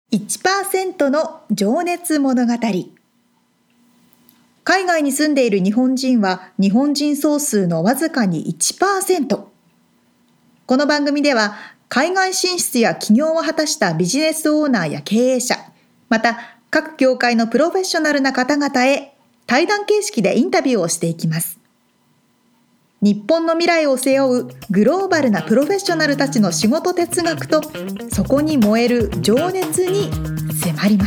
1% の情熱物語。海外に住んでいる日本人は日本人総数のわずかに 1%。この番組では海外進出や起業を果たしたビジネスオーナーや経営者、また各業界のプロフェッショナルな方々へ対談形式でインタビューをしていきます。日本の未来を背負うグローバルなプロフェッショナルたちの仕事哲学とそこに燃える情熱に迫ります。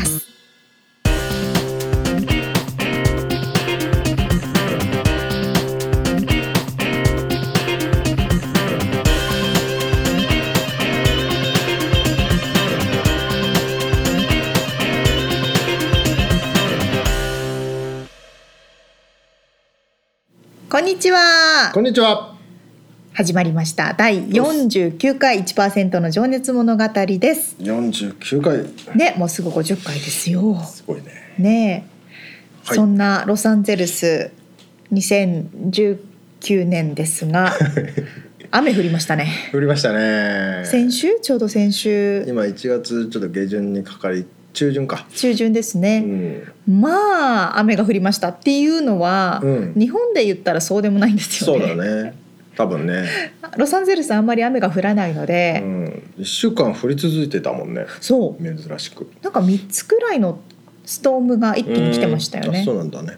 こんにちは。 こんにちは。 始まりました第49回 1% の情熱物語です。 49回ね、もうすぐ50回ですよ。 すごいね。 ねえ、 はい、 そんなロサンゼルス2019年ですが雨降りましたね。 降りましたね。 ちょうど先週今1月ちょっと下旬にかかり中旬ですね、まあ雨が降りましたっていうのは、日本で言ったらそうでもないんですよね。 そうだね、多分ね。 ロサンゼルスあんまり雨が降らないので、 1週間降り続いてたもんね。 そう珍しくなんか3つくらいのストームが一気に来てましたよね。 そうなんだね。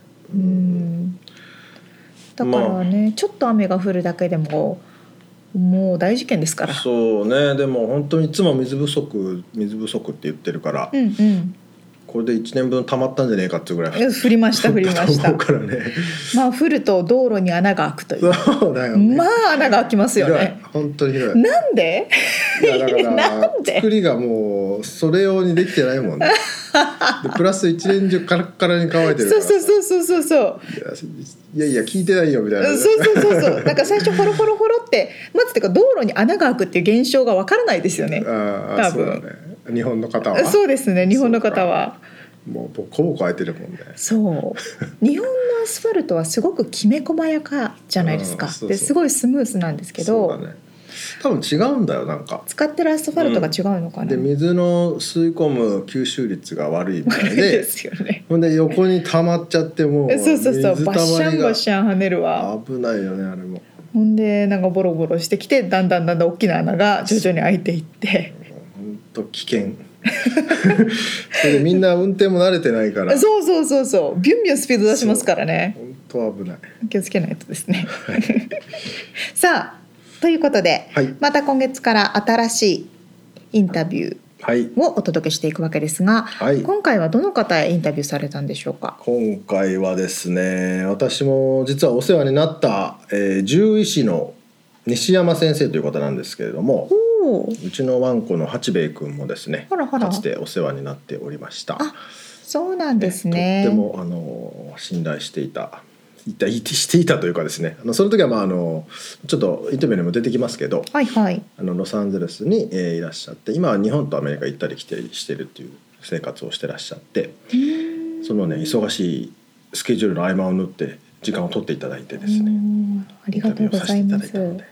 だからね、ちょっと雨が降るだけでももう大事件ですから。 そうね。でも本当にいつも水不足って言ってるから、これで1年分溜まったんじゃねえかっていうぐらい降りましたからね。 まあ降ると道路に穴が開くという。 そうだよね。 まあ穴が開きますよね。 本当にひどい。 なんで？ いやだから作りがもうそれ用にできてないもんね。でプラス一年中カラッカラに乾いてるから。 そういや聞いてないよみたいな、ね。 そうなんか最初ホロホロってまずてか道路に穴が開くっていう現象がわからないですよね。多分。 そうだね。日本の方は。 そうですね。日本の方は。 もうボコボコ開いてるもんね。 そう日本のアスファルトはすごくきめ細やかじゃないですか。ですごいスムースなんですけど、 そうだね、多分違うんだよ。なんか使ってるアスファルトが違うのかな、 で水の吸い込む吸収率が悪いみたいでですよね。 ほんで横に溜まっちゃってもうそうバッシャンバッシャン跳ねるわ。 危ないよねあれも。 ほんでなんかボロボロしてきてだんだん大きな穴が徐々に開いていって本当危険それでみんな運転も慣れてないからそうビュンビュンスピード出しますからね。 本当危ない。 気をつけないとですねさあということで、また今月から新しいインタビューをお届けしていくわけですが、今回はどの方へインタビューされたんでしょうか。 今回はですね、私も実はお世話になった、獣医師の西山先生という方なんですけれども、うちのワンコの八兵衛くんもですね、かつてお世話になっておりました。 そうなんですね。 とっても信頼していたというかですね、その時はちょっとインタビューにも出てきますけど、ロサンゼルスに、いらっしゃって、今は日本とアメリカ行ったり来たりしてるっていう生活をしてらっしゃって、そのね忙しいスケジュールの合間を縫って時間を取っていただいてですね、 ありがとうございます。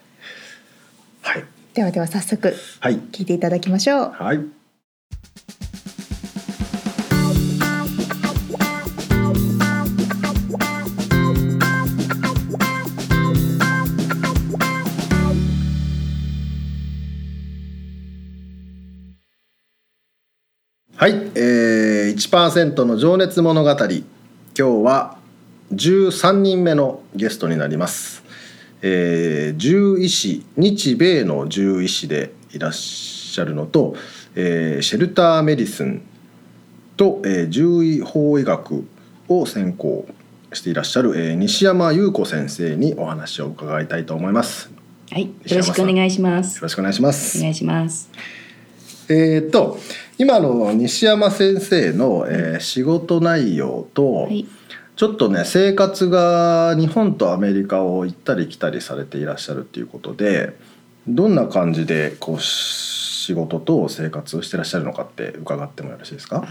では早速聞いていただきましょう。 1% の情熱物語、今日は13人目のゲストになります。獣医師、日米の獣医師でいらっしゃるのと、シェルターメディスンと、獣医法医学を専攻していらっしゃる、西山優子先生にお話を伺いたいと思います。 よろしくお願いします。 よろしくお願いします。 お願いします。 今の西山先生の、仕事内容と、ちょっとね生活が日本とアメリカを行ったり来たりされていらっしゃるっていうことで、どんな感じでこう仕事と生活をしてらっしゃるのかって伺ってもよろしいですか。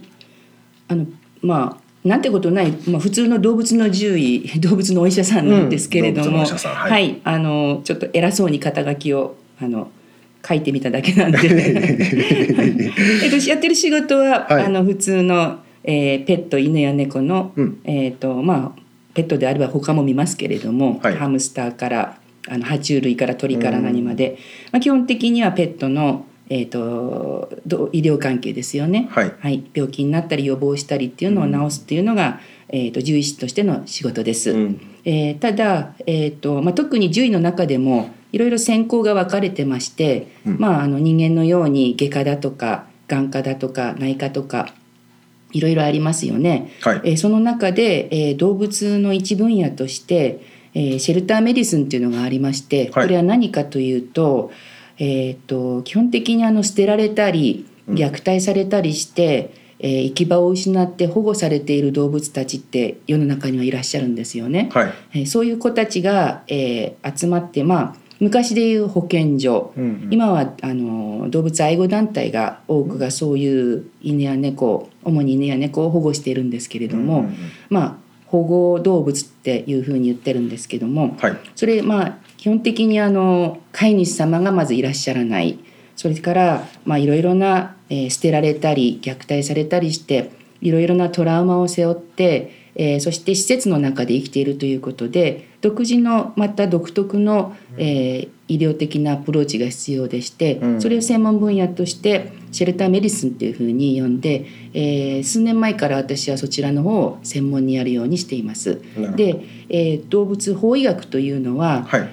なんてことない、普通の動物の獣医、動物のお医者さんなんですけれども、ちょっと偉そうに肩書きを書いてみただけなんでやってる仕事は、 はい、 普通の、ペット犬や猫の、ペットであれば他も見ますけれども、 はい、 ハムスターから爬虫類から鳥から何まで、基本的にはペットの、医療関係ですよね、 はいはい、病気になったり予防したりっていうのを治すっていうのが、獣医師としての仕事です、ただ、特に獣医の中でもいろいろ専攻が分かれてまして、人間のように外科だとか眼科だとか内科とかいろいろありますよね、 はい、 その中で、動物の一分野として、シェルターメディスンっていうのがありまして、これは何かというと、基本的に捨てられたり虐待されたりして、行き場を失って保護されている動物たちって世の中にはいらっしゃるんですよね、 はい、 そういう子たちが、集まって、昔でいう保健所、今は動物愛護団体が多くがそういう犬や猫、主に犬や猫を保護しているんですけれども、保護動物っていうふうに言ってるんですけども、 はい、 それ基本的に飼い主様がまずいらっしゃらない、それからいろいろな、捨てられたり虐待されたりしていろいろなトラウマを背負って、そして施設の中で生きているということで独自のまた独特の、医療的なアプローチが必要でして、それを専門分野としてシェルターメディスンというふうに呼んで、数年前から私はそちらの方を専門にやるようにしています。で、動物法医学というのは、 はい、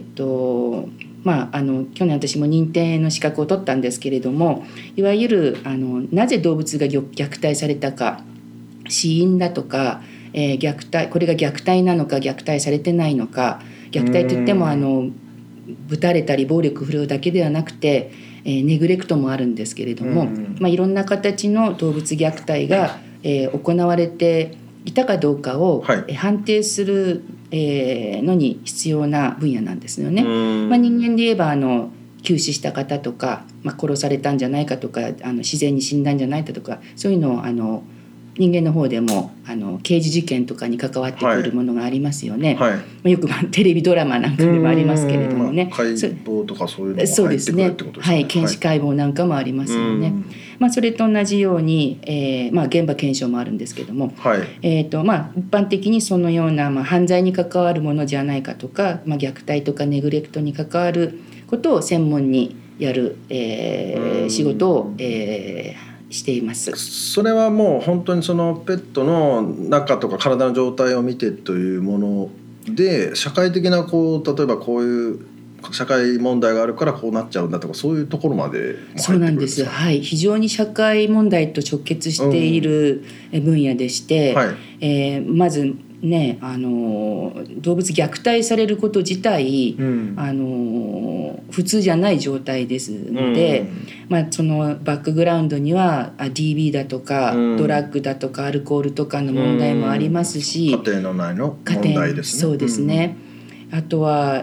去年私も認定の資格を取ったんですけれども、いわゆるなぜ動物が虐待されたか、死因だとか、虐待、これが虐待なのか虐待されてないのか、虐待といってもぶたれたり暴力振るうだけではなくて、ネグレクトもあるんですけれども、いろんな形の動物虐待が、行われていたかどうかを、判定する、のに必要な分野なんですよね。人間で言えば急死した方とか、殺されたんじゃないかとか自然に死んだんじゃないかとか、そういうのを人間の方でも刑事事件とかに関わってくるものがありますよね、よくテレビドラマなんかでもありますけれどもね、 解剖とかそういうのが入ってくるってことですね。 はい、検視解剖なんかもありますよね。それと同じように、現場検証もあるんですけども、一般的にそのような、犯罪に関わるものじゃないかとか、虐待とかネグレクトに関わることを専門にやる、仕事を、しています。 それはもう本当にそのペットの中とか体の状態を見てというもので、社会的な例えばこういう社会問題があるからこうなっちゃうんだとか、そういうところまでも入ってくるんですか？ そうなんです、はい、非常に社会問題と直結している分野でして、まずね、動物虐待されること自体、普通じゃない状態ですので、そのバックグラウンドには DV だとか、ドラッグだとかアルコールとかの問題もありますし、 家庭の内の問題ですね。 そうですね、あとは、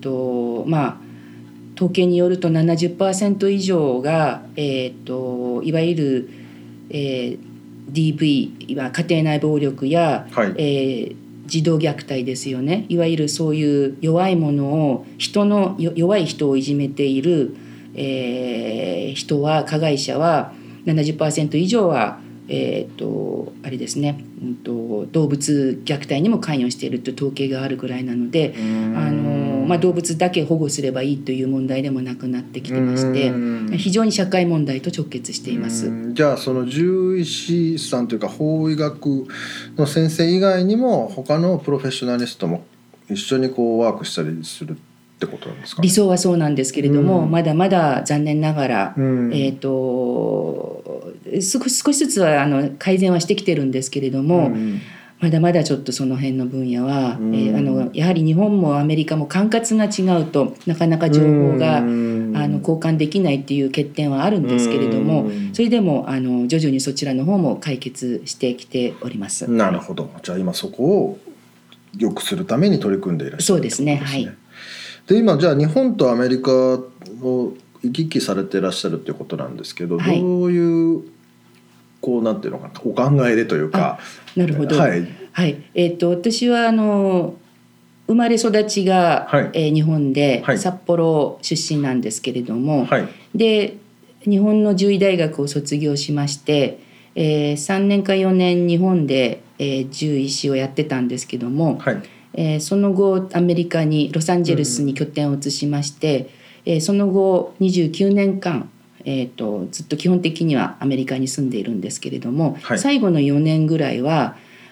統計によると 70% 以上が、いわゆる、DV、家庭内暴力や、児童虐待ですよね。いわゆるそういう弱いものを弱い人をいじめている、人は加害者は 70% 以上は、あれですね、動物虐待にも関与しているという統計があるぐらいなので、動物だけ保護すればいいという問題でもなくなってきてまして、非常に社会問題と直結しています。 じゃあその獣医師さんというか法医学の先生以外にも他のプロフェッショナリストも一緒にワークしたりするってことなんですかね？ 理想はそうなんですけれども、まだまだ残念ながら、少しずつは改善はしてきてるんですけれども、まだまだちょっとその辺の分野は、やはり日本もアメリカも管轄が違うとなかなか情報が交換できないっていう欠点はあるんですけれども、それでも徐々にそちらの方も解決してきております。 なるほど。じゃあ今そこを良くするために取り組んでいらっしゃる。 そうですね、はい。 で今じゃあ日本とアメリカを行き来されていらっしゃるっていうことなんですけど、どういうなんていうのかな、お考えでというか。 なるほど、私は生まれ育ちが、 はい日本で、 はい札獣出身なんですけれども、 はいで日本の獣医大学を卒業しまして、3年か4年日本で、獣医師をやってたんですけども、 はいその後アメリカにロサンゼルスに拠点を移しまして、その後29年間、ずっと基本的にはアメリカに住んでいるんですけれども、 はい最後の4年ぐらいは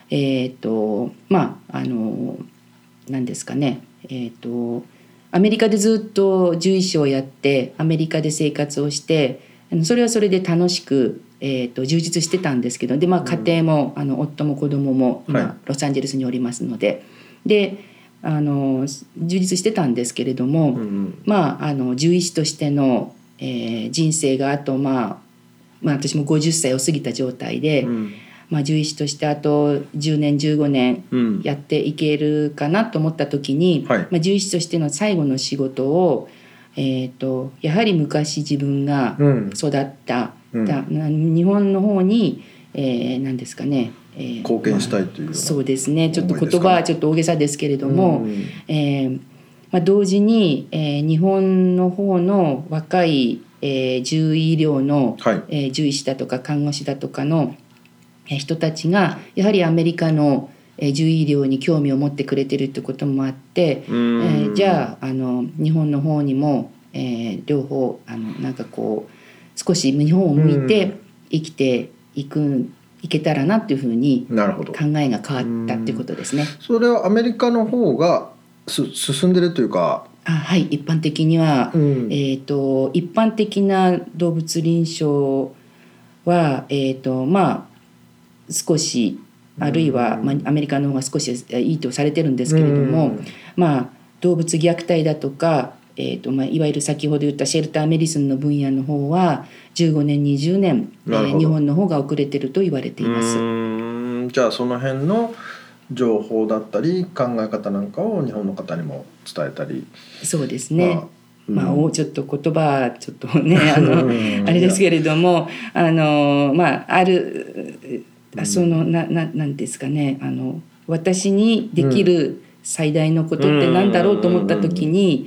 何ですかね、アメリカでずっと獣医師をやってアメリカで生活をして、それはそれで楽しく、充実してたんですけど、で、家庭も夫も子供も今、 はいロサンゼルスにおりますので、充実してたんですけれども、獣医師としての、人生があと、私も50歳を過ぎた状態で、獣医師としてあと10年15年やっていけるかなと思った時に、 はい獣医師としての最後の仕事を、やはり昔自分が育った、日本の方に、何ですかね、 貢献したいというようなそうですね、ちょっと思いですかね言葉はちょっと大げさですけれども、同時に、日本の方の若い、獣医療の、 はい獣医師だとか看護師だとかの人たちがやはりアメリカの獣医療に興味を持ってくれてるってこともあって、じゃあ日本の方にも、両方なんかこう少し日本を向いて生きていけたらなっていうふうになるほど。 考えが変わったっていうことですね。 それはアメリカの方が進んでるというか、 はい、一般的には、一般的な動物臨床は、少しあるいは、アメリカの方が少しいいとされてるんですけれども、動物虐待だとか、いわゆる先ほど言ったシェルターメディスンの分野の方は15年20年、日本の方が遅れてると言われています。 じゃあその辺の情報だったり考え方なんかを日本の方にも伝えたり。 そうですね、ちょっと言葉はちょっとねあれですけれども、なんですかね、私にできる最大のことって何だろうと思った時に、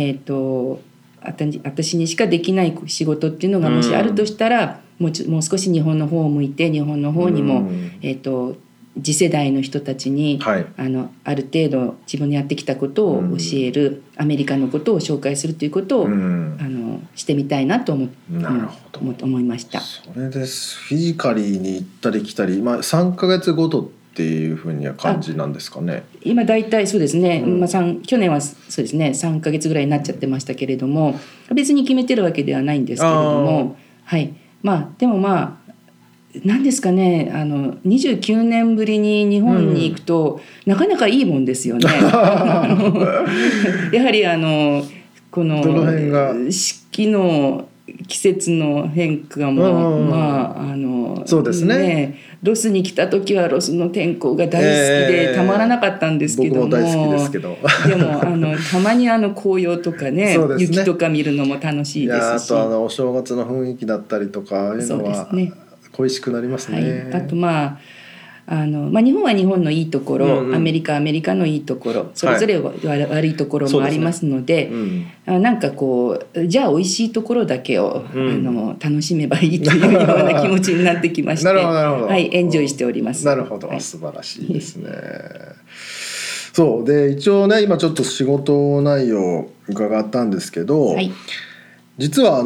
私にしかできない仕事っていうのがもしあるとしたら、もう少し日本の方を向いて日本の方にも、次世代の人たちに、ある程度自分のやってきたことを教える、アメリカのことを紹介するということを、してみたいなと思いました。 それでフィジカリーに行ったり来たり、3ヶ月ごとっていうふうには感じなんですかね。 今だいたいそうですね、去年はそうですね3ヶ月ぐらいになっちゃってましたけれども、別に決めてるわけではないんですけれども、でも何ですかね、29年ぶりに日本に行くと、なかなかいいもんですよね。やはりこの四季の季節の変化も、 そうですね、 ロスに来た時はロスの天候が大好きでたまらなかったんですけども、 僕も大好きですけどでもたまに紅葉とかね、雪とか見るのも楽しいですし、 あとお正月の雰囲気だったりとかいうのは恋しくなりますね。 あと日本は日本のいいところ、アメリカはアメリカのいいところ、それぞれ悪いところもありますので、なんかこうじゃあ美味しいところだけを、楽しめばいいというような気持ちになってきましてエンジョイしております。 なるほど、素晴らしいですね。そうで、一応ね、今ちょっと仕事内容伺ったんですけど、実は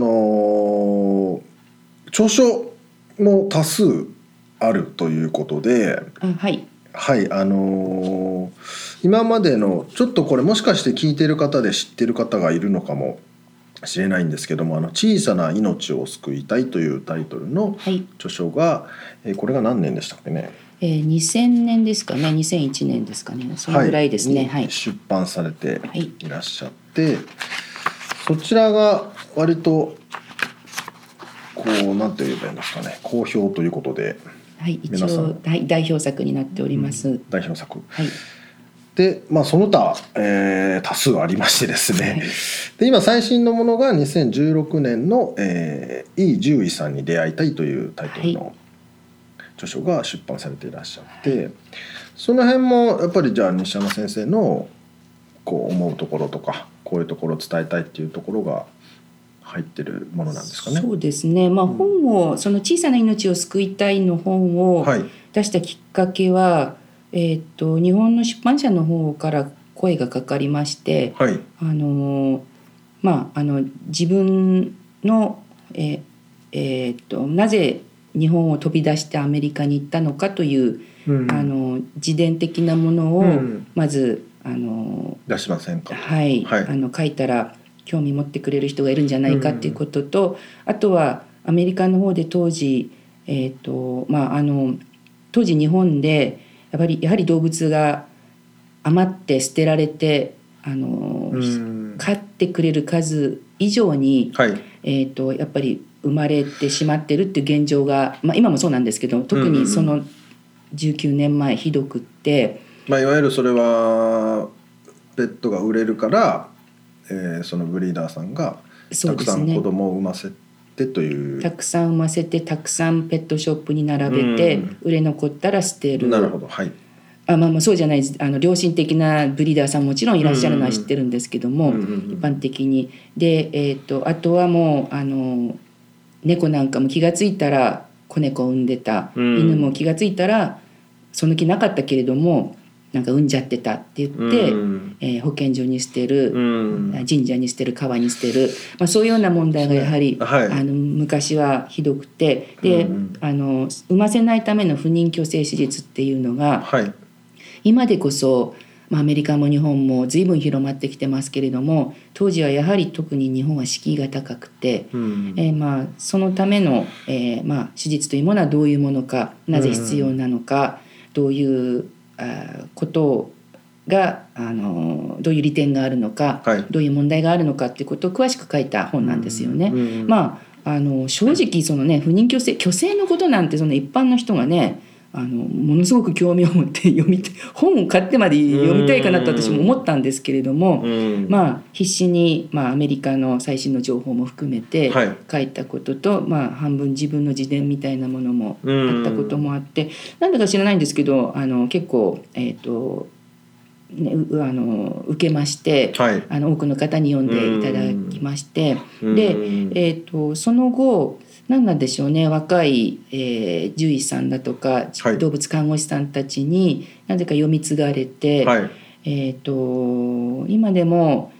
著書も多数あるということで、今までのちょっとこれもしかして聞いてる方で知ってる方がいるのかもしれないんですけども、小さな命を救いたいというタイトルの著書が、これが何年でしたっけね。 2000年ですかね、2001年ですかね、そのぐらいですね。 出版されていらっしゃって、そちらが割とこうなんて言えばいいんですかね、好評ということで、 一応代表作になっております。 代表作。で、その他、多数ありましてですね、で今最新のものが2016年の井獣医さんに出会いたいというタイトルの著書が出版されていらっしゃって、その辺もやっぱりじゃあ西山先生のこう思うところとかこういうところを伝えたいっていうところが入ってるものなんですかね。 そうですね、本をその小さな命を救いたいの本を出したきっかけは、日本の出版社の方から声がかかりまして、 はい、 自分の、なぜ日本を飛び出してアメリカに行ったのかという、自伝的なものをまず、 出しませんか。 書いたら興味持ってくれる人がいるんじゃないかっていうことと、あとはアメリカの方で当時、当時日本でやはり動物が余って捨てられて飼ってくれる数以上に、やっぱり生まれてしまってるっていう現状が、今もそうなんですけど、特にその19年前ひどくって、 いわゆるそれはペットが売れるから、そのブリーダーさんがたくさん子供を産ませてという、 たくさん産ませてたくさんペットショップに並べて、売れ残ったら捨てる。 なるほど、はい。 そうじゃない良心的なブリーダーさんもちろんいらっしゃるのは知ってるんですけども、一般的にで、あとはもう猫なんかも気がついたら子猫を産んでた、犬も気がついたらその気なかったけれどもなんか産んじゃってたって言って、保健所に捨てる、神社に捨てる、川に捨てる、そういうような問題がやはり、昔はひどくて、で、産ませないための不妊去勢手術っていうのが、今でこそ、アメリカも日本も随分広まってきてますけれども、当時はやはり特に日本は敷居が高くて、そのための、手術というものはどういうものか、なぜ必要なのか、どういうことがどういう利点があるのか、どういう問題があるのかっていうことを詳しく書いた本なんですよね。正直そのね、不妊去勢のことなんてその一般の人がねものすごく興味を持って本を買ってまで読みたいかなと私も思ったんですけれども、必死に、アメリカの最新の情報も含めて書いたことと、半分自分の自伝みたいなものもあったこともあって、なんだか知らないんですけど結構受けまして、多くの方に読んでいただきまして、で、その後何なんでしょうね、若い、獣医さんだとか、動物看護師さんたちになぜか読み継がれて、今でも、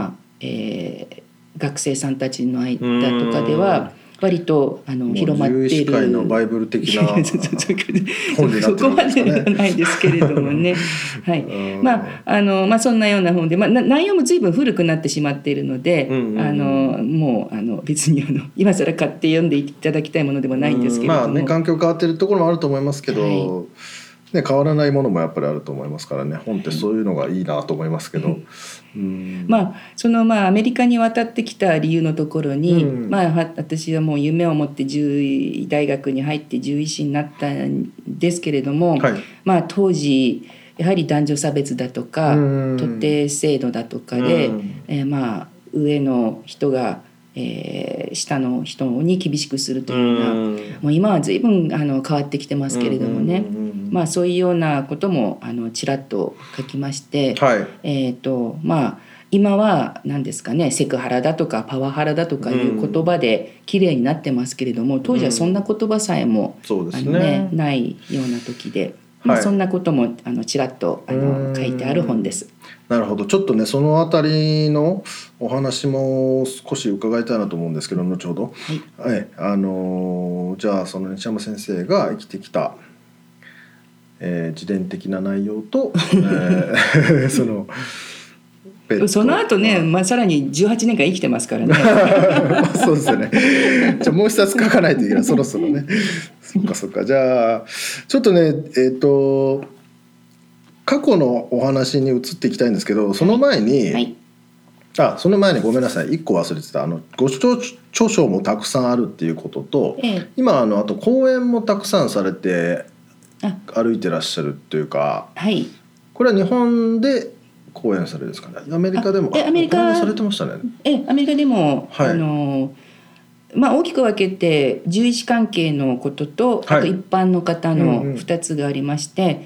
学生さんたちの間とかでは割と広まっている、 獣医師界のバイブル的な本になってるんですかね。 そこまではないですけれどもねそんなような本で、内容も随分古くなってしまっているので、もう別に今更買って読んでいただきたいものでもないんですけれども、 環境変わっているところもあると思いますけど、変わらないものもやっぱりあると思いますからね、本ってそういうのがいいなと思いますけど、 そのアメリカに渡ってきた理由のところに、私はもう夢を持って獣医大学に入って獣医師になったんですけれども、当時やはり男女差別だとか徒弟制度だとかで、上の人が下の人に厳しくするというような、もう今は随分変わってきてますけれどもね、そういうようなこともちらっと書きまして、今は何ですかね、セクハラだとかパワハラだとかいう言葉で綺麗になってますけれども、当時はそんな言葉さえも、ないような時で、そんなこともちらっと書いてある本です。 なるほど。ちょっとねそのあたりのお話も少し伺いたいなと思うんですけど、後ほど、じゃあその西山先生が生きてきた、自伝的な内容と、 その後ね、さらに18年間生きてますからねそうですよね。じゃあもう一冊書かないといけない、そろそろね。そっか。じゃあちょっとね過去のお話に移っていきたいんですけど、その前に、ごめんなさい、1個忘れてた。ご著書もたくさんあるっていうことと、今あと講演もたくさんされて歩いてらっしゃるっていうか、これは日本で講演されるんですかね。アメリカでもアメリカされてましたね。 アメリカでも、 大きく分けて獣医師関係のことと、あと一般の方の2つがありまして、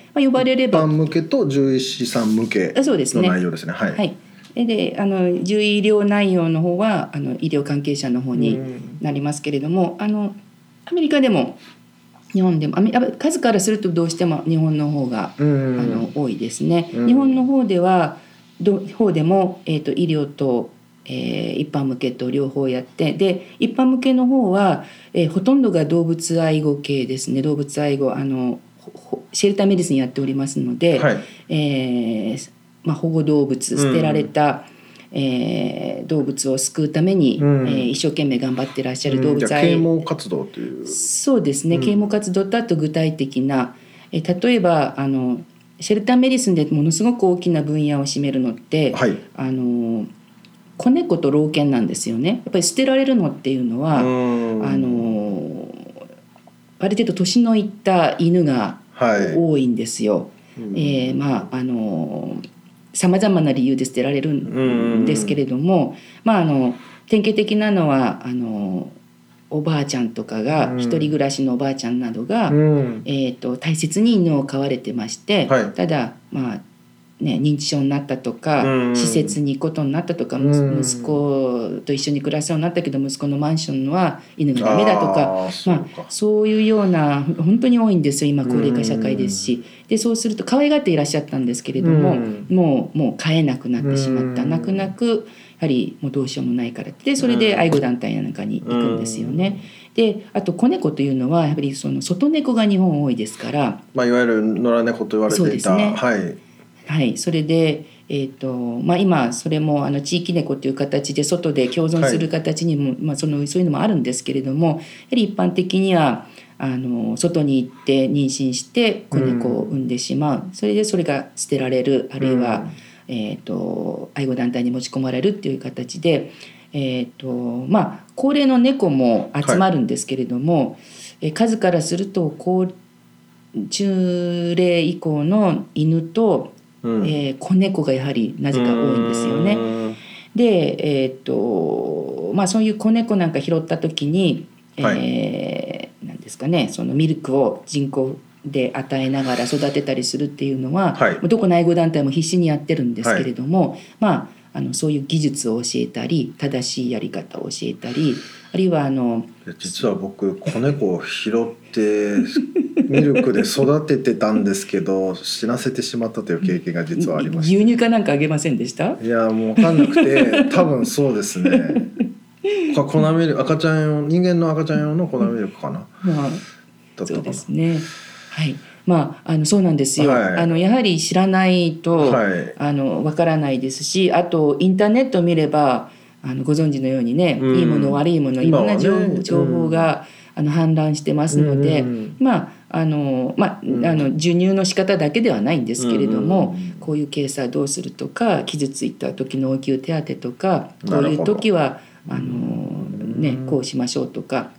呼ばれれば一般向けと獣医師さん向けの内容ですね。はい。 で獣医療内容の方は医療関係者の方になりますけれども、アメリカでも日本でも数からするとどうしても日本の方が多いですね。日本の方でも、医療と一般向けと両方やって、で一般向けの方は、ほとんどが動物愛護系ですね。動物愛護シェルターメディスンやっておりますので、保護動物、捨てられた、動物を救うために、一生懸命頑張ってらっしゃる動物愛啓蒙活動という。 そうですね、啓蒙活動とあと具体的な、例えばシェルターメディスンでものすごく大きな分野を占めるのって、子猫と老犬なんですよね。やっぱり捨てられるのっていうのはある程度年のいった犬が多いんですよ。さまざまな理由で捨てられるんですけれども、典型的なのはおばあちゃんとかが、一人暮らしのおばあちゃんなどが、大切に犬を飼われてまして、ただ認知症になったとか、施設に行くことになったとか、息子と一緒に暮らすようになったけど息子のマンションは犬がダメだとか、そういうような本当に多いんですよ。今高齢化社会ですし、でそうすると可愛がっていらっしゃったんですけれども、もう飼えなくなってしまった、泣く泣くやはりもうどうしようもないからで、それで愛護団体なんかに行くんですよね。であと子猫というのはやはりその外猫が日本多いですから、 いわゆる野良猫と言われていた。 そうですね。それで、今それも地域猫という形で外で共存する形にも、そういうのもあるんですけれども、やはり一般的には外に行って妊娠して子猫を産んでしまう、それが捨てられる、あるいは、愛護団体に持ち込まれるっていう形で、高齢の猫も集まるんですけれども、数からすると中齢以降の犬と子猫がやはりなぜか多いんですよね。で、そういう子猫なんか拾った時に、何ですかね、そのミルクを人工で与えながら育てたりするっていうのは、どこの愛護団体も必死にやってるんですけれども、そういう技術を教えたり正しいやり方を教えたり、あるいは実は僕子猫を拾ってミルクで育ててたんですけど死なせてしまったという経験が実はありまして。 牛乳かなんかあげませんでした？ いやもう分かんなくて多分そうですね。粉ミルク、赤ちゃん用、人間の赤ちゃん用の粉ミルクかな、 そうですね。そうなんですよ。やはり知らないとわからないですし、あとインターネットを見ればご存知のようにね、いいもの悪いものいろんな情報が氾濫してますので、授乳の仕方だけではないんですけれども、こういうケースはどうするとか、傷ついた時の応急手当とか、こういう時はこうしましょうとか、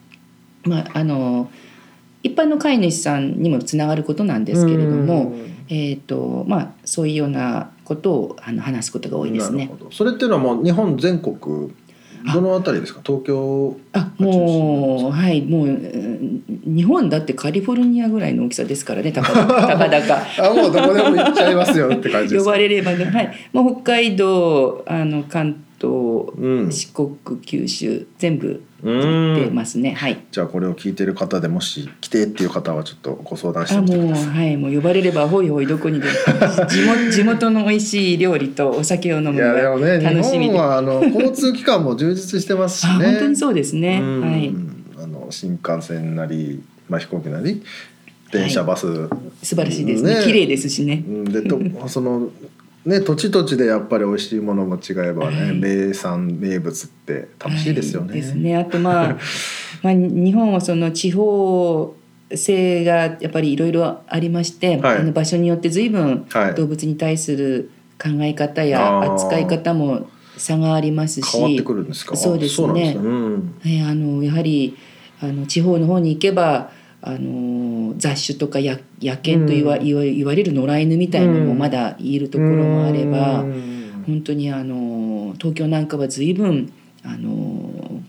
一般の飼い主さんにもつながることなんですけれども、そういうようなことを話すことが多いですね。 それっていうのはもう日本全国どのあたりですか？東京？ もう日本だってカリフォルニアぐらいの大きさですからね、たかだかもうどこでも行っちゃいますよって感じですか？ 呼ばれればね、もう北海道関東、四国九州全部行ってますね。 じゃあこれを聞いてる方でもし来てっていう方はちょっとご相談してみてください。 もう呼ばれればほいほいどこにでも地元の美味しい料理とお酒を飲むのが楽しみで。 日本は交通機関も充実してますしね。 本当にそうですね。 新幹線なり、飛行機なり電車バス、 素晴らしいですね。綺麗ですしね。 で土地土地でやっぱり美味しいものも違えばね、名産名物って楽しいですよね。 ですね。あと日本はその地方性がやっぱりいろいろありまして、場所によって随分動物に対する考え方や扱い方も差がありますし、 変わってくるんですか？ そうですね。やはり地方の方に行けば雑種とか野犬と言われる野良犬みたいなのもまだいるところもあれば、本当に東京なんかは随分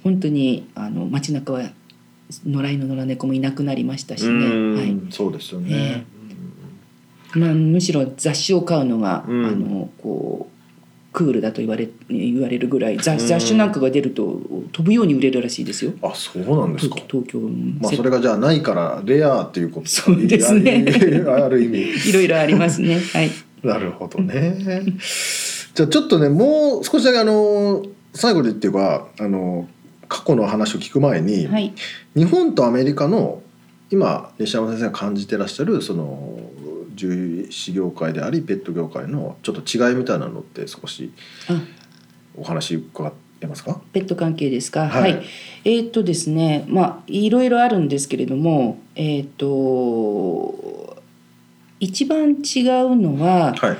本当に街中は野良犬野良猫もいなくなりましたしね、はい、 そうですよね、 むしろ雑誌を買うのが、こうクールだと言われるぐらい雑誌なんかが出ると飛ぶように売れるらしいですよ。 あ、そうなんですか。 東京、 それがじゃあないからレアっていうことそうですねある意味いろいろありますね、はい、 なるほどねじゃあちょっとね、もう少しだけ最後でっていうか過去の話を聞く前に、 はい、 日本とアメリカの今西山先生が感じてらっしゃるその獣医師業界でありペット業界のちょっと違いみたいなのって少しお話伺えますか。 ペット関係ですか。 はい、 はい、ですね、いろいろあるんですけれども、一番違うのは、 はい、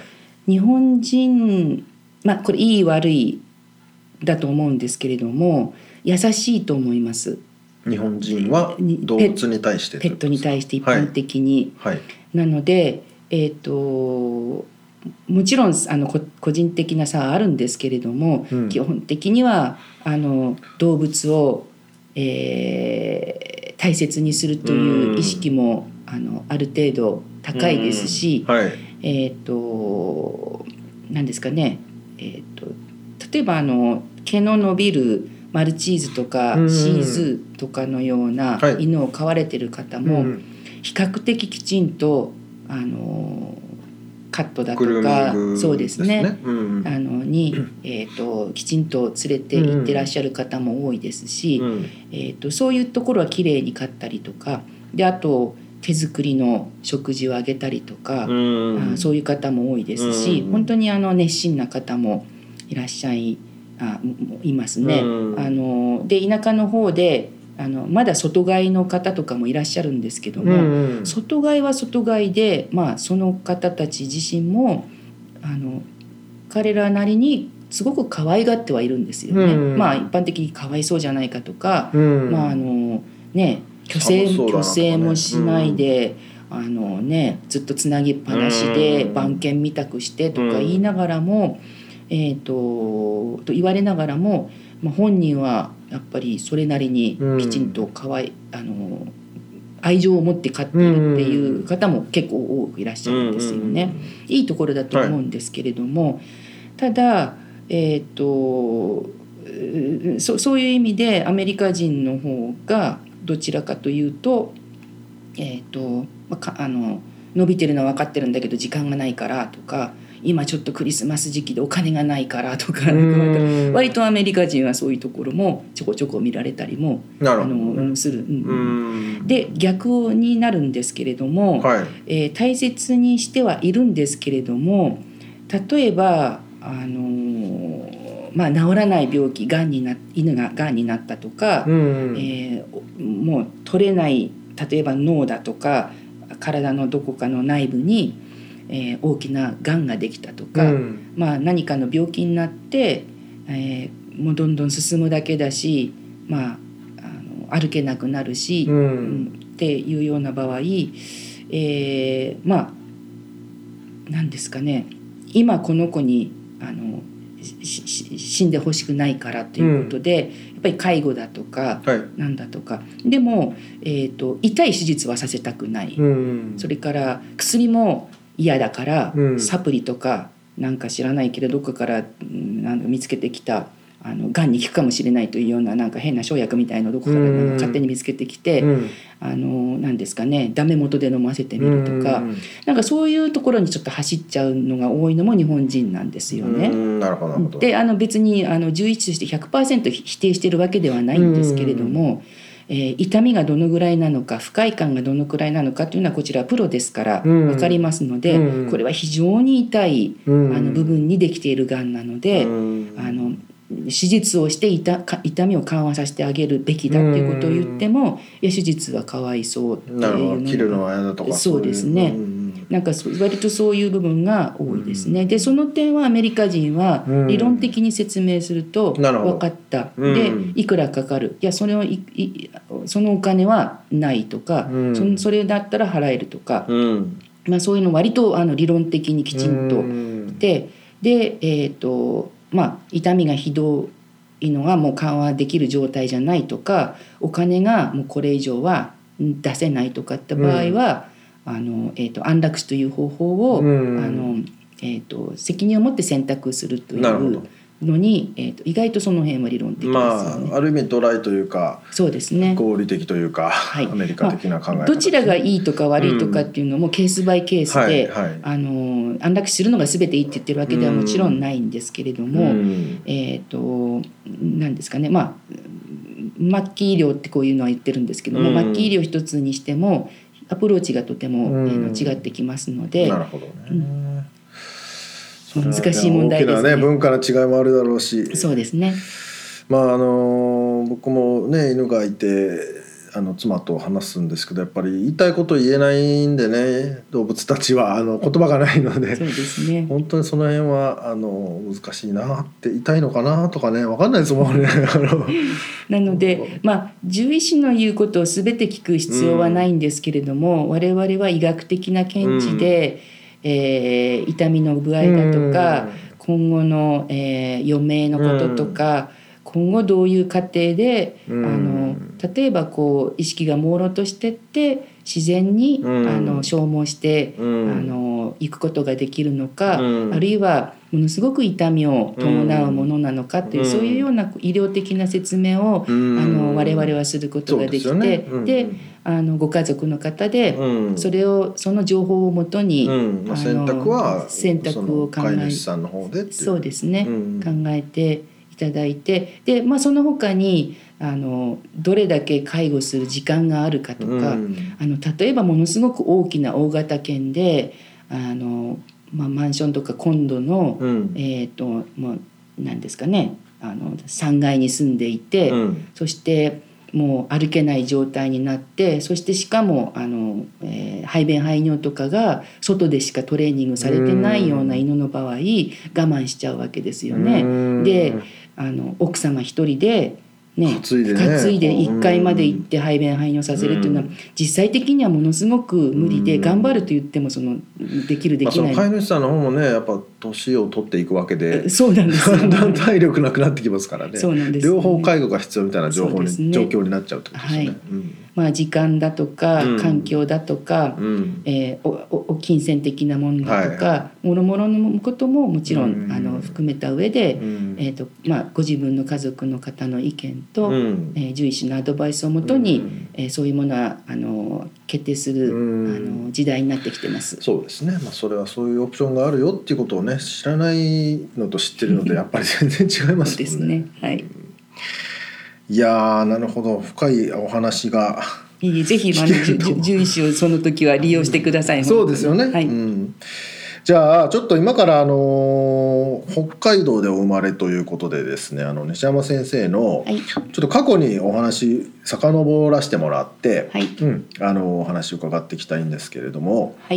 日本人、これいい悪いだと思うんですけれども優しいと思います。 日本人は動物に対してペットに対して一般的に、はいはい、なので、もちろん個人的な差はあるんですけれども、基本的には動物を、大切にするという意識もある程度高いですし、はい、何ですかね、例えば毛の伸びるマルチーズとかシーズーとかのような犬を飼われている方も比較的きちんとカットだとかそうですね、に、きちんと連れて行ってらっしゃる方も多いですし、そういうところはきれいに飼ったりとかで、あと手作りの食事をあげたりとか、そういう方も多いですし、本当に熱心な方もいらっしゃいますね。で田舎の方でまだ外飼いの方とかもいらっしゃるんですけども、外飼いは外飼いで、その方たち自身も彼らなりにすごく可愛がってはいるんですよね。一般的にかわいそうじゃないかとか、虚勢もしないでずっとつなぎっぱなしで番犬みたくしてとか言いながらも、と言われながらも、本人はやっぱりそれなりにきちんと愛情を持って飼っているっていう方も結構多くいらっしゃるんですよね。いいところだと思うんですけれども、ただ、そういう意味でアメリカ人の方がどちらかというと、伸びてるのは分かってるんだけど時間がないからとか、今ちょっとクリスマス時期でお金がないからとか、割とアメリカ人はそういうところもちょこちょこ見られたりもする、で逆になるんですけれども、大切にしてはいるんですけれども、例えば治らない病気、犬ががんになったとか、もう取れない例えば脳だとか体のどこかの内部に大きながんができたとか、何かの病気になって、もうどんどん進むだけだし、歩けなくなるし、っていうような場合、何ですかね、今この子に死んでほしくないからということで、やっぱり介護だとか、なんだとかでも、痛い手術はさせたくない、それから薬も嫌だから、サプリとかなんか知らないけどどっかから見つけてきたがんに効くかもしれないというようななんか変な生薬みたいのどこから勝手に見つけてきて、なんですかね、ダメ元で飲ませてみるとか、なんかそういうところにちょっと走っちゃうのが多いのも日本人なんですよね。 なるほど。 で別に獣医師として 100% 否定しているわけではないんですけれども、痛みがどのぐらいなのか不快感がどのくらいなのかというのはこちらはプロですから分かりますので、これは非常に痛い部分にできているがんなので、手術をして痛みを緩和させてあげるべきだっていうことを言っても、いや手術はかわいそうっていうのが切るのは嫌だとか、 そうですね、なんか割とそういう部分が多いですね。でその点はアメリカ人は理論的に説明すると分かった、でいくらかかる、いやそのお金はないとか、それだったら払えるとか、そういうの割と理論的にきちんとで痛みがひどいうのはもう緩和できる状態じゃないとか、お金がもうこれ以上は出せないとかって場合は、安楽死という方法を、責任を持って選択するというのに、意外とその辺は理論的ですよね。 ある意味ドライというか、 そうですね、 合理的というか、アメリカ的な考え方、 どちらがいいとか悪いとかっていうのもケースバイケースで、安楽死するのが全ていいって言ってるわけではもちろんないんですけれども、なんですかね、末期医療ってこういうのは言ってるんですけども、末期医療一つにしてもアプローチがとても、違ってきますので。 なるほどね、 難しい問題ですね。 大きな文化の違いもあるだろうし。 そうですね。 僕もね犬がいて妻と話すんですけど、やっぱり言いたいこと言えないんでね、動物たちは言葉がないので、 そうですね、 本当にその辺は難しいなって言いたいのかなとかね、分かんないですもんねなので獣医師の言うことを全て聞く必要はないんですけれども、我々は医学的な見地で、痛みの具合だとか、今後の、余命のこととか、今後どういう過程で、例えばこう意識が朦朧としてって自然に、消耗して、行くことができるのか、あるいはものすごく痛みを伴うものなのかという、そういうような医療的な説明を、我々はすることができて、でご家族の方で、その情報をもとに、選択を考え、そうですね、考えていただいて、で、その他にどれだけ介護する時間があるかとか、例えばものすごく大きな大型犬でマンションとかコンドの、何ですかね、3階に住んでいて、そしてもう歩けない状態になって、そしてしかも排便排尿とかが外でしかトレーニングされてないような犬の場合我慢しちゃうわけですよね。で奥様一人で担いで1階まで行って排便排尿させるというのは、実際的にはものすごく無理で、頑張ると言ってもできるできない、 飼い主さんの方もねやっぱ年を取っていくわけで、 そうなんですよ、 だんだん体力なくなってきますからね。 そうなんです、 両方介護が必要みたいな状況になっちゃうってことですね。 時間だとか環境だとか、金銭的なものだとか、もろもろのことももちろん含めた上で、ご自分の家族の方の意見と、獣医師のアドバイスをもとに、そういうものは決定する時代になってきてます。 そうですね、それはそういうオプションがあるよっていうことをね知らないのと知ってるのでやっぱり全然違いますよね。 そうですね、はい。 いやなるほど、深いお話が。 ぜひ獣医師をその時は利用してください。 そうですよね、はい。じゃあちょっと今から北海道でお生まれということでですね、西山先生のちょっと過去にお話遡らせてもらって、お話を伺っていきたいんですけれども、 はい。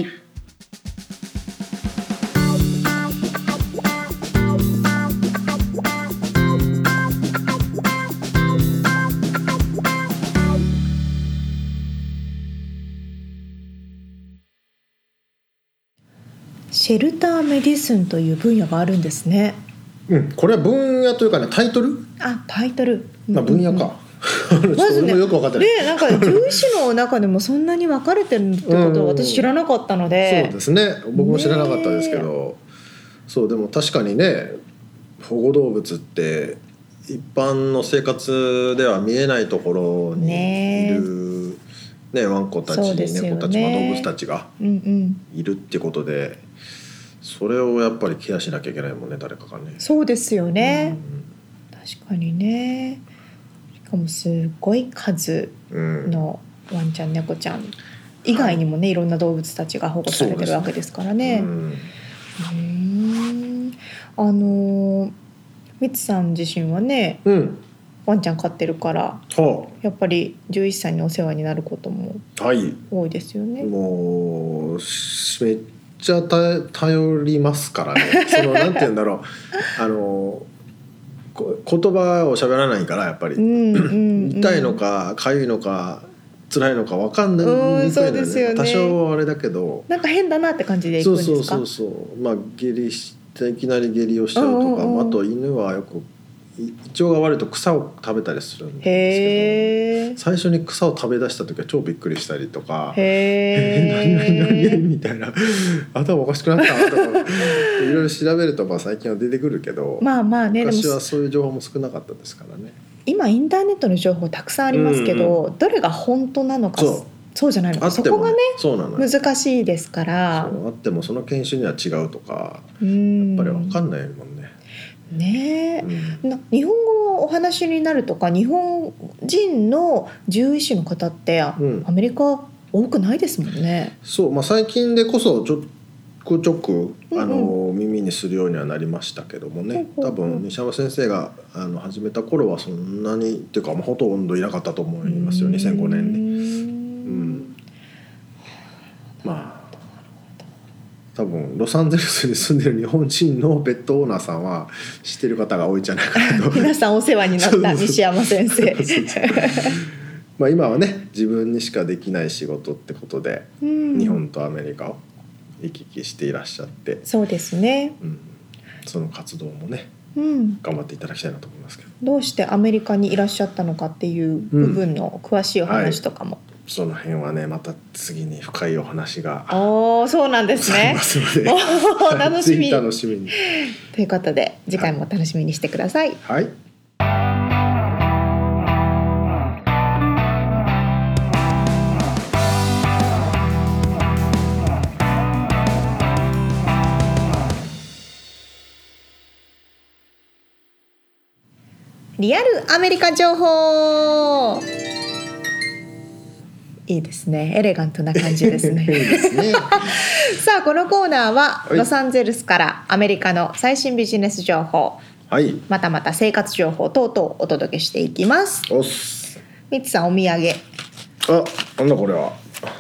シェルターメディスンという分野があるんですね。 これは分野というかね、タイトル？ タイトル。 分野か。 まずね、 よく分かってない。 なんか獣医師の中でもそんなに分かれてるってことは私知らなかったので。 そうですね。僕も知らなかったですけど、そうでも確かにね、保護動物って一般の生活では見えないところにいるワンコたち、猫たち、動物たちがいるってことで。それをやっぱりケアしなきゃいけないもんね、誰かがね。 そうですよね、確かにね。しかもすごい数のワンちゃん、猫ちゃん以外にもね、いろんな動物たちが保護されてるわけですからね。みつさん自身はね、ワンちゃん飼ってるから、やっぱり獣医師さんにお世話になることも多いですよね。 もうめっちゃ頼りますからね。なんて言うんだろう、言葉を喋らないからやっぱり、痛いのか痒いのか辛いのか分かんないにくいんだよね。多少あれだけど、 なんか変だなって感じでいくんですか？ そう下痢していきなり下痢をしちゃうとか、あと犬はよく胃腸が悪いと草を食べたりするんですけへど、最初に草を食べ出した時は超びっくりしたりとか、 へ何みたいな、頭おかしくなったとかいろいろ調べると最近は出てくるけど、 まあまあね、 昔はそういう情報も少なかったですからね。 今インターネットの情報たくさんありますけど、どれが本当なのかそうじゃないのか、そこがねそうなのよ。 難しいですから。 そうあってもその犬種には違うとかやっぱり分かんないもんね。 ねえ、日本語をお話になるとか、日本人の獣医師の方ってアメリカ多くないですもんね。 そう、最近でこそちょく耳にするようにはなりましたけどもね、多分西山先生が始めた頃はそんなにっていうか、ほとんどいなかったと思いますよ、2005年に。多分ロサンゼルスに住んでる日本人のペットオーナーさんは知ってる方が多いんじゃないかなと皆さんお世話になった西山先生今はね自分にしかできない仕事ってことで、日本とアメリカを行き来していらっしゃって、 そうですね、 その活動もね、頑張っていただきたいなと思いますけど、 どうしてアメリカにいらっしゃったのかっていう部分の詳しいお話とかも、 その辺はねまた次に深いお話がそうなんですね。楽しみ楽しみにということで次回も楽しみにしてください。 はい。 リアルアメリカ情報。いいですね、エレガントな感じですね。 いいですねさあこのコーナーはロサンゼルスからアメリカの最新ビジネス情報、またまた生活情報等々お届けしていきます。みつさんお土産。 なんだこれは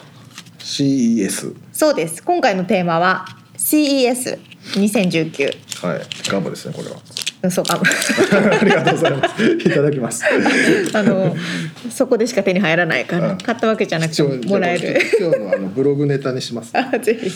CES。 そうです、今回のテーマは CES2019。 ガムですねこれは。 そうかありがとうございます。いただきます。 そこでしか手に入らないから買ったわけじゃなくてもらえる。 今日のブログネタにします。 ぜひ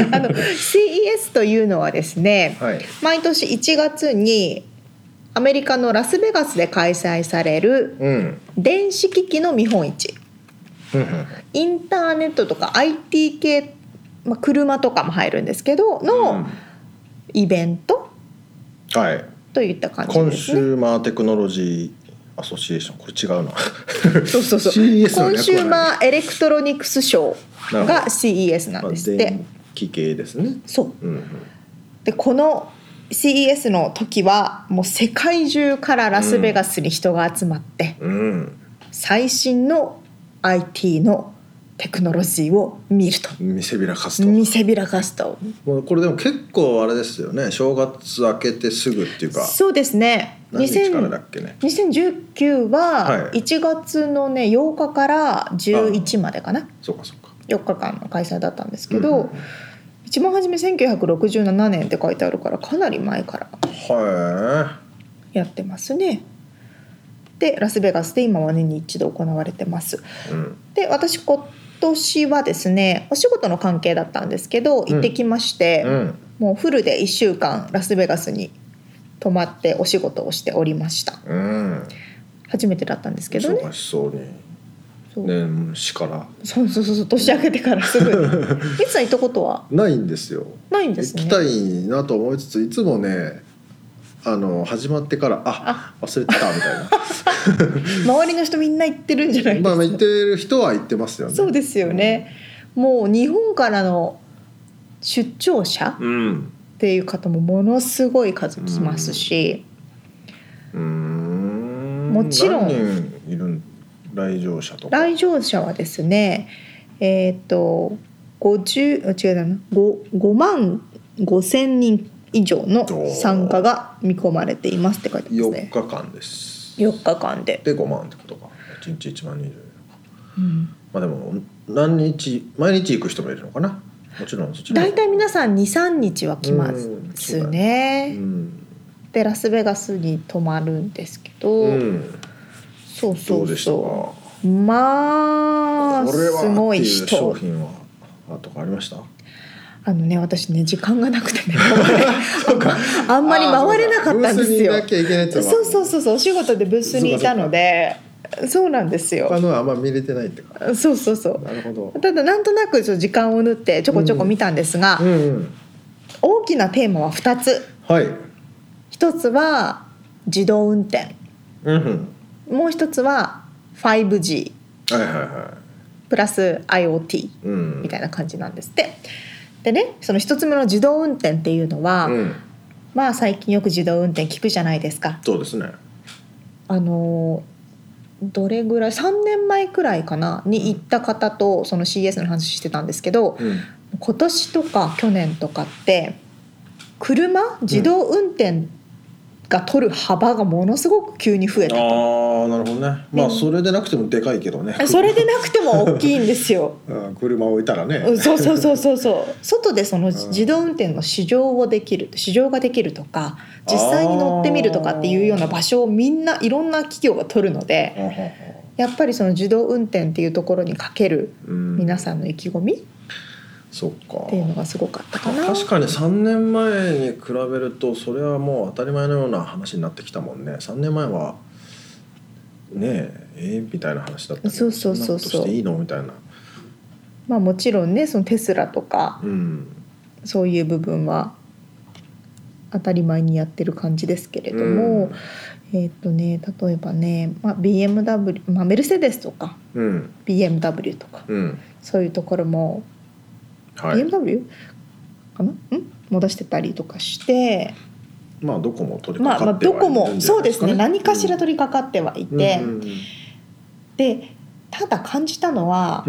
CES というのはですね、毎年1月にアメリカのラスベガスで開催される電子機器の見本市、インターネットとか IT 系、車とかも入るんですけどのイベント、といった感じですね。 コンシューマーテクノロジーアソシエーション、これ違うな。 そうコンシューマーエレクトロニクスショーが CES なんですって。 電気系ですね。 そう、でこの CES の時はもう世界中からラスベガスに人が集まって、最新の IT のテクノロジーを見ると、 見せびらかすと。もうこれでも結構あれですよね、正月明けてすぐっていうか。 そうですね。 何日からだっけね。 2019は1月のね8日から11までかな。 そうか 4日間の開催だったんですけど、一番初め1967年って書いてあるからかなり前からやってますね。でラスベガスで今は年に一度行われてます。で私今年はですねお仕事の関係だったんですけど行ってきまして、もうフルで1週間ラスベガスに泊まってお仕事をしておりました。初めてだったんですけどね。 忙しそうに年始からそう年明けてからすぐにいつ行ったことはないんですよ。 ないんですね。 行きたいなと思いつついつもね始まってから忘れてたみたいな周りの人みんな行ってるんじゃないですか。 行ってる人は行ってますよね。 そうですよね、もう日本からの出張者、っていう方もものすごい数来ますし、もちろん何人いる来場者とか。 来場者はですね5万5千人以上の参加が見込まれていますって書いてますね。 4日間です。 4日間で 5万ってことか。1日1万人以上、でも毎日行く人もいるのかな。もちろんそっちの大体皆さん 2,3 日は来ますね。でラスベガスに泊まるんですけど、そうまあこれはすごいっていう商人。 品はとかありました？ 私ね時間がなくてねあんまり回れなかったんですよ。 ブースにいなきゃいけないってのはそうお仕事でブースにいたのでそうなんですよ。 他のはあんま見れてないってか。 そうなるほど。 ただなんとなく時間を縫ってちょこちょこ見たんですが、大きなテーマは2つ。 はい。 1つは自動運転、もう1つは 5G、プラス IoT みたいな感じなんですって。でね、その1つ目の自動運転っていうのは、まあ最近よく自動運転聞くじゃないですか。 そうですね。 どれぐらい3年前くらいかなに行った方とその CS の話してたんですけど、今年とか去年とかって自動運転が取る幅がものすごく急に増えたと。 なるほどね。まあそれでなくてもでかいけどね。 それでなくても大きいんですよ車を置いたらね。 そう外でその自動運転の試乗ができるとか実際に乗ってみるとかっていうような場所をみんないろんな企業が取るので、やっぱりその自動運転っていうところにかける皆さんの意気込みっていうのがすごかったかな。 確かに3年前に比べるとそれはもう当たり前のような話になってきたもんね。3年前はねみたいな話だったけど、そんなことしていいのみたいな。 まあもちろんねそのテスラとか、そういう部分は当たり前にやってる感じですけれども、例えばね、BMW、メルセデスとか、BMW とか、そういうところもBMW かなも出してたりとかして、 どこも取り掛かってはいるんじゃないですかね。 どこもそうですね、何かしら取り掛かってはいて、でただ感じたのは、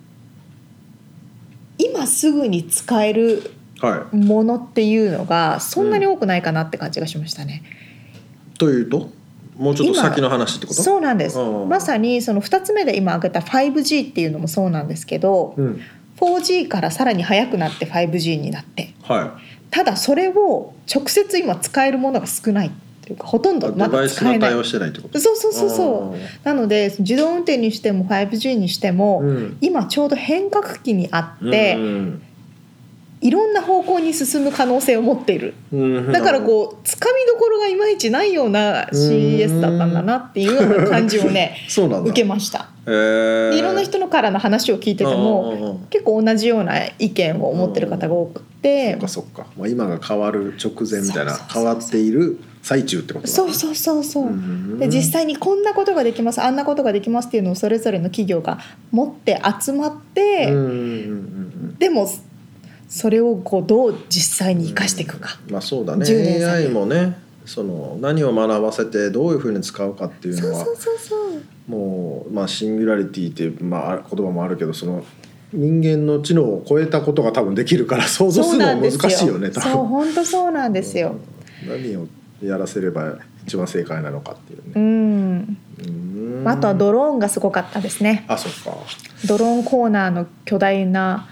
今すぐに使えるものっていうのがそんなに多くないかなって感じがしましたね。 というともうちょっと先の話ってこと？ そうなんです。まさにその2つ目で今挙げた 5G っていうのもそうなんですけど、4G からさらに速くなって 5G になって、ただそれを直接今使えるものが少ないというかほとんどまだ使えない。デバイスが対応してないってこと？そうなので自動運転にしても 5G にしても、今ちょうど変革期にあって、いろんな方向に進む可能性を持っている。だからこうつかみどころがいまいちないような CES だったんだなっていうような感じをね受けました。でいろんな人からの話を聞いてても結構同じような意見を持ってる方が多くて、 そっか、今が変わる直前みたいな、変わっている最中ってことだね。 そうで実際にこんなことができますあんなことができますっていうのをそれぞれの企業が持って集まって、でもそれをこうどう実際に生かしていくか。 そうだね。AI もね、その何を学ばせてどういうふうに使うかっていうのはもうシンギュラリティっていう言葉もあるけど、その人間の知能を超えたことが多分できるから想像するのは難しいよね。 本当そうなんですよ。 何をやらせれば一番正解なのかっていうね。 あとはドローンがすごかったですね。 そっか。 ドローンコーナーの巨大な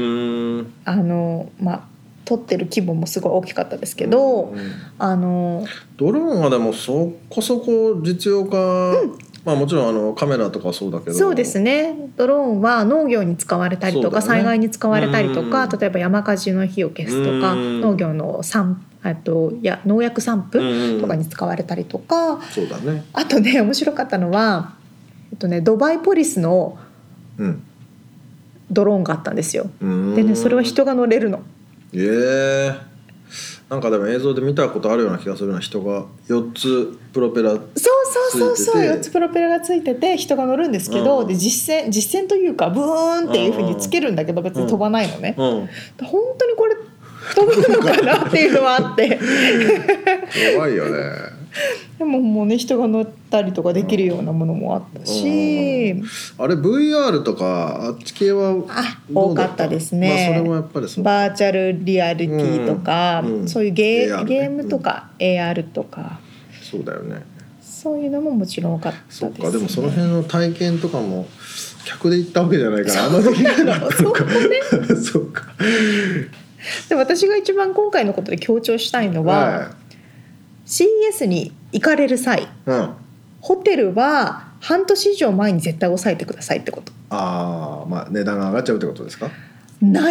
撮ってる規模もすごい大きかったですけど、 ドローンはでもそこそこ実用化、もちろんカメラとかそうだけど、 そうですね。ドローンは農業に使われたりとか、災害に使われたりとか、例えば山火事の火を消すとか、農業の農薬散布とかに使われたりとか、 そうだね。 あとね面白かったのは、ドバイポリスのドローンがあったんですよ。でね、それは人が乗れるの。 なんかでも映像で見たことあるような気がするな。人が4つプロペラそう4つプロペラがついてて人が乗るんですけど、で実践というかブーンっていう風につけるんだけど別に飛ばないのね。本当にこれ飛ぶのかなっていうのはあって怖いよね。 でももうね人が乗ったりとかできるようなものもあったし、 あれ VR とかあっち系は多かったですね。 それもやっぱりバーチャルリアリティとか、そういうゲームとか、AR とか、 そうだよね。 そういうのももちろん多かったですね。 そっか。でもその辺の体験とかも客で行ったわけじゃないからあんまできないなったのかそうか。 で私が一番今回のことで強調したいのは、CES に行かれる際、ホテルは半年以上前に絶対押さえてくださいってこと。 値段が上がっちゃうってことですか？ ない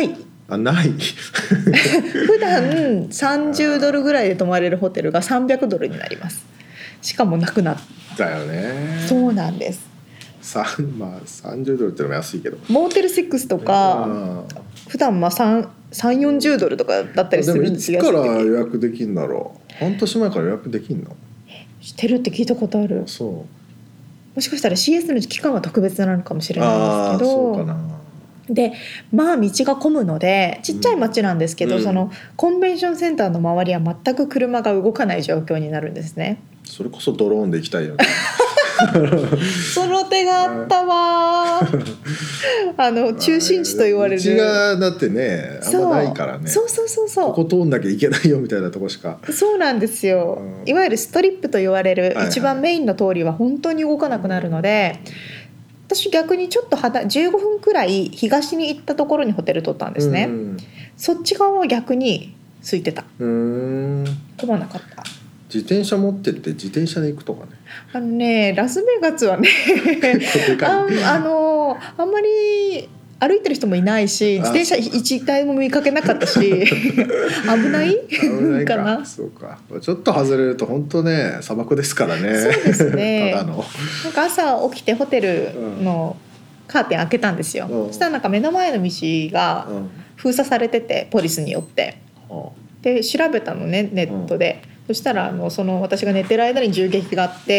ない普段30ドルぐらいで泊まれるホテルが300ドルになります。しかもなくなっだよね。 そうなんです。 まあ30ドルってのも安いけど、 モーテル6とか普段まあ340ドルとかだったりするんですよ。 でもいつから予約できるんだろう。半年前から予約できんの？ してるって聞いたことある。 そう、 もしかしたら CS の期間は特別なのかもしれないですけど。 そうかな。 でまあ道が混むのでちっちゃい町なんですけど、そのコンベンションセンターの周りは全く車が動かない状況になるんですね。 それこそドローンで行きたいよねその手があったわ中心地と言われる道がだってねあんまないからね。 そうここ通んなきゃいけないよみたいなとこしか。 そうなんですよ、いわゆるストリップと言われる一番メインの通りは本当に動かなくなるので、私逆にちょっと15分くらい東に行ったところにホテル取ったんですね。そっち側は逆に空いてた。混まなかった。 自転車持ってって自転車で行くとかね。 ラスベガスはねあんまり歩いてる人もいないし自転車一台も見かけなかったし危ないかな。 そうか。ちょっと外れると本当ね砂漠ですからね。 そうですねただのなんか朝起きてホテルのカーテン開けたんですよ。そしたらなんか目の前の道が封鎖されててポリスによってで調べたのねネットで。そしたらその私が寝てる間に銃撃があって、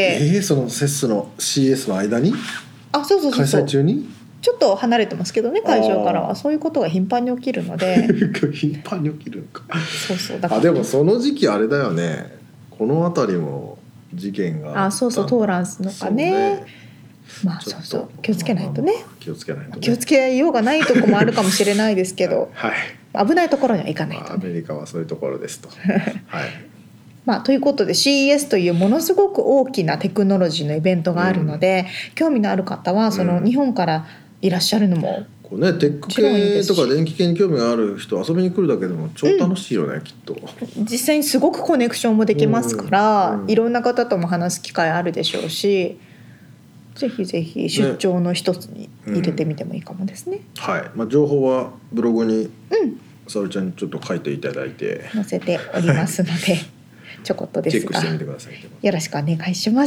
そのセスの CS の間にそう開催中にちょっと離れてますけどね会場からは。そういうことが頻繁に起きるので頻繁に起きるのか。 そうだからでもその時期あれだよね、この辺りも事件があった。 トーランスのかね。まあそう気をつけないとね。気をつけようがないとこもあるかもしれないですけど危ないところには行かないとね。 アメリカはそういうところですとということで CES というものすごく大きなテクノロジーのイベントがあるので、興味のある方はその日本からいらっしゃるのもテック系とか電気系に興味がある人遊びに来るだけでも超楽しいよね、きっと。 実際にすごくコネクションもできますから、いろんな方とも話す機会あるでしょうし、ぜひぜひ出張の一つに入れてみてもいいかもですね。 情報はブログに沙織ちゃんにちょっと書いていただいて載せておりますのでちょこっとですがチェックしてみてください。 よろしくお願いします。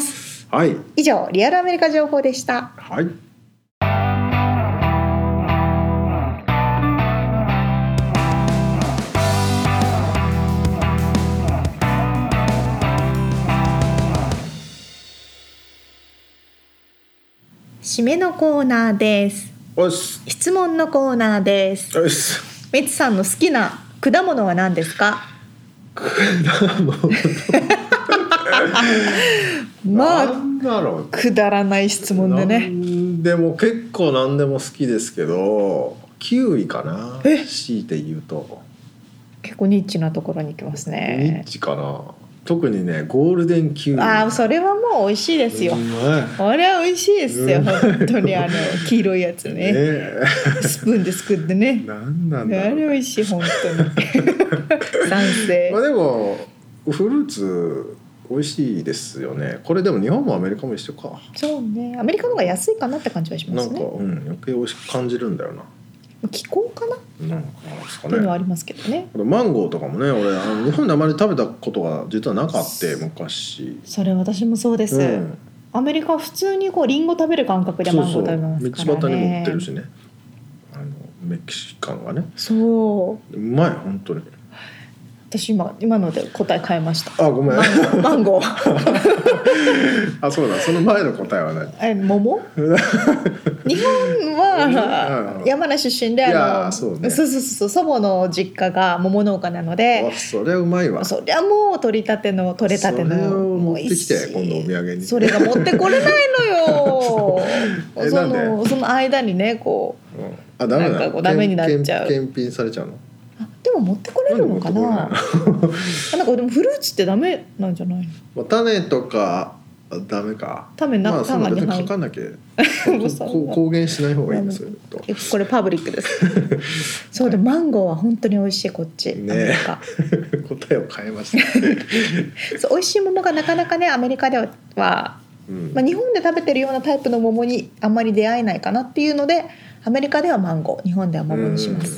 はい。 以上リアルアメリカ情報でした。 はい。 締めのコーナーです。質問のコーナーです。メツさんの好きな果物は何ですか？ 果物なんだろう。 くだらない質問でね。 でも結構何でも好きですけどキウイかな。強いて言うと結構ニッチなところに行きますね。 ニッチかな。特にねゴールデンキウイ。 それはもう美味しいですよ。これは美味しいですよ、本当に黄色いやつねスプーンですくってね。 なんなんだろう、 あれ美味しい本当に賛成。 でもフルーツ美味しいですよね。これでも日本もアメリカも一緒か。 そうね、アメリカの方が安いかなって感じはしますね。 余計美味しく感じるんだよな。 気候かなですかね。 っていうのはありますけどね。 マンゴーとかもね、俺日本であまり食べたことが実はなかった昔。 それ私もそうです、アメリカは普通にリンゴ食べる感覚でマンゴー食べますからね。 道端にも売ってるしね、メキシカンがね。 そううまい本当に。 私今ので答え変えました。 ごめん。 マンゴーそうだ、その前の答えは何？ 桃日本は山梨出身でそう祖母の実家が桃農家なので、 それはうまいわ。 そりゃもう取れたてのそれを持ってきて今度お土産に。 それが持ってこれないのよその間にねダメなんかダメになっちゃう。 検品されちゃうの？ でも持ってこれるのかな。なんかでもフルーツってダメなんじゃないの？ 種とかダメか。種に書かなきゃ公言しない方がいいですよ。 これパブリックですそうでマンゴーは本当に美味しい。こっちアメリカ答えを変えましたそう美味しい桃がなかなかねアメリカでは、日本で食べてるようなタイプの桃にあんまり出会えないかなっていうのでアメリカではマンゴー、日本では桃にします。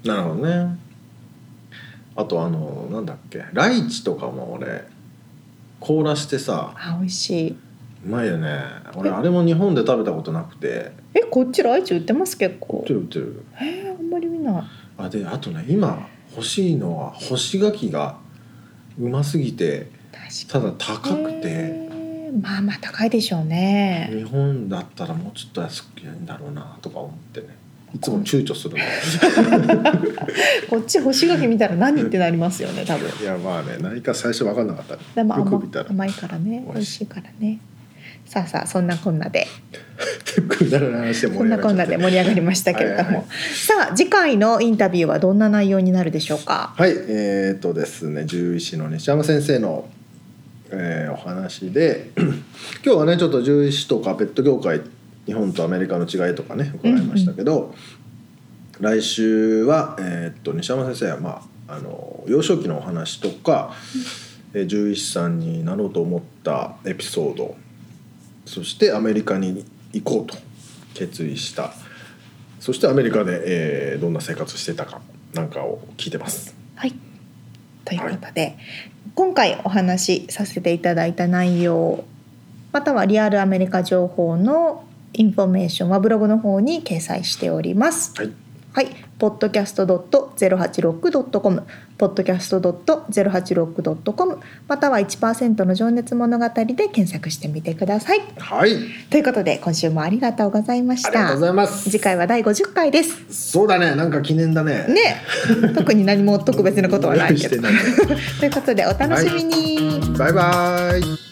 なるほどね。あとなんだっけ、ライチとかも俺凍らしてさ、 あ、美味しい。 うまいよね。俺あれも日本で食べたことなくて。 こっちライチ売ってます結構。 売ってる売ってる。 あんまり見ない。 あとね、今欲しいのは干し柿がうますぎて、ただ高くて、 まあまあ高いでしょうね。 日本だったらもうちょっと安くやるんだろうなとか思ってね、いつも躊躇するの。 こっち干し柿見たら何ってなりますよね多分。 いやまあね、何か最初分かんなかったね。 でもよく見たら甘いからね、美味しいからね。さあそんなこんなでくだらない話で盛り上がっちゃって、 こんな盛り上がりましたけれども、 はいはい、 さあ次回のインタビューはどんな内容になるでしょうか。 はいですね、獣医師の西山先生の、お話で今日はねちょっと獣医師とかペット業界、日本とアメリカの違いとかね伺いましたけど、来週は、西山先生は、幼少期のお話とか、獣医師さんになろうと思ったエピソード、そしてアメリカに行こうと決意した、そしてアメリカで、どんな生活してたかなんかを聞いてます。 はい、ということで、今回お話しさせていただいた内容またはリアルアメリカ情報のインフォメーションはブログの方に掲載しております。 はい、 はい、podcast.086.com podcast.086.com または 1% の情熱物語で検索してみてください。 はい、 ということで今週もありがとうございました。 ありがとうございます。 次回は第50回です。 そうだね、なんか記念だね。 特に何も特別なことはないけど用意してないということでお楽しみに、 バイバイ。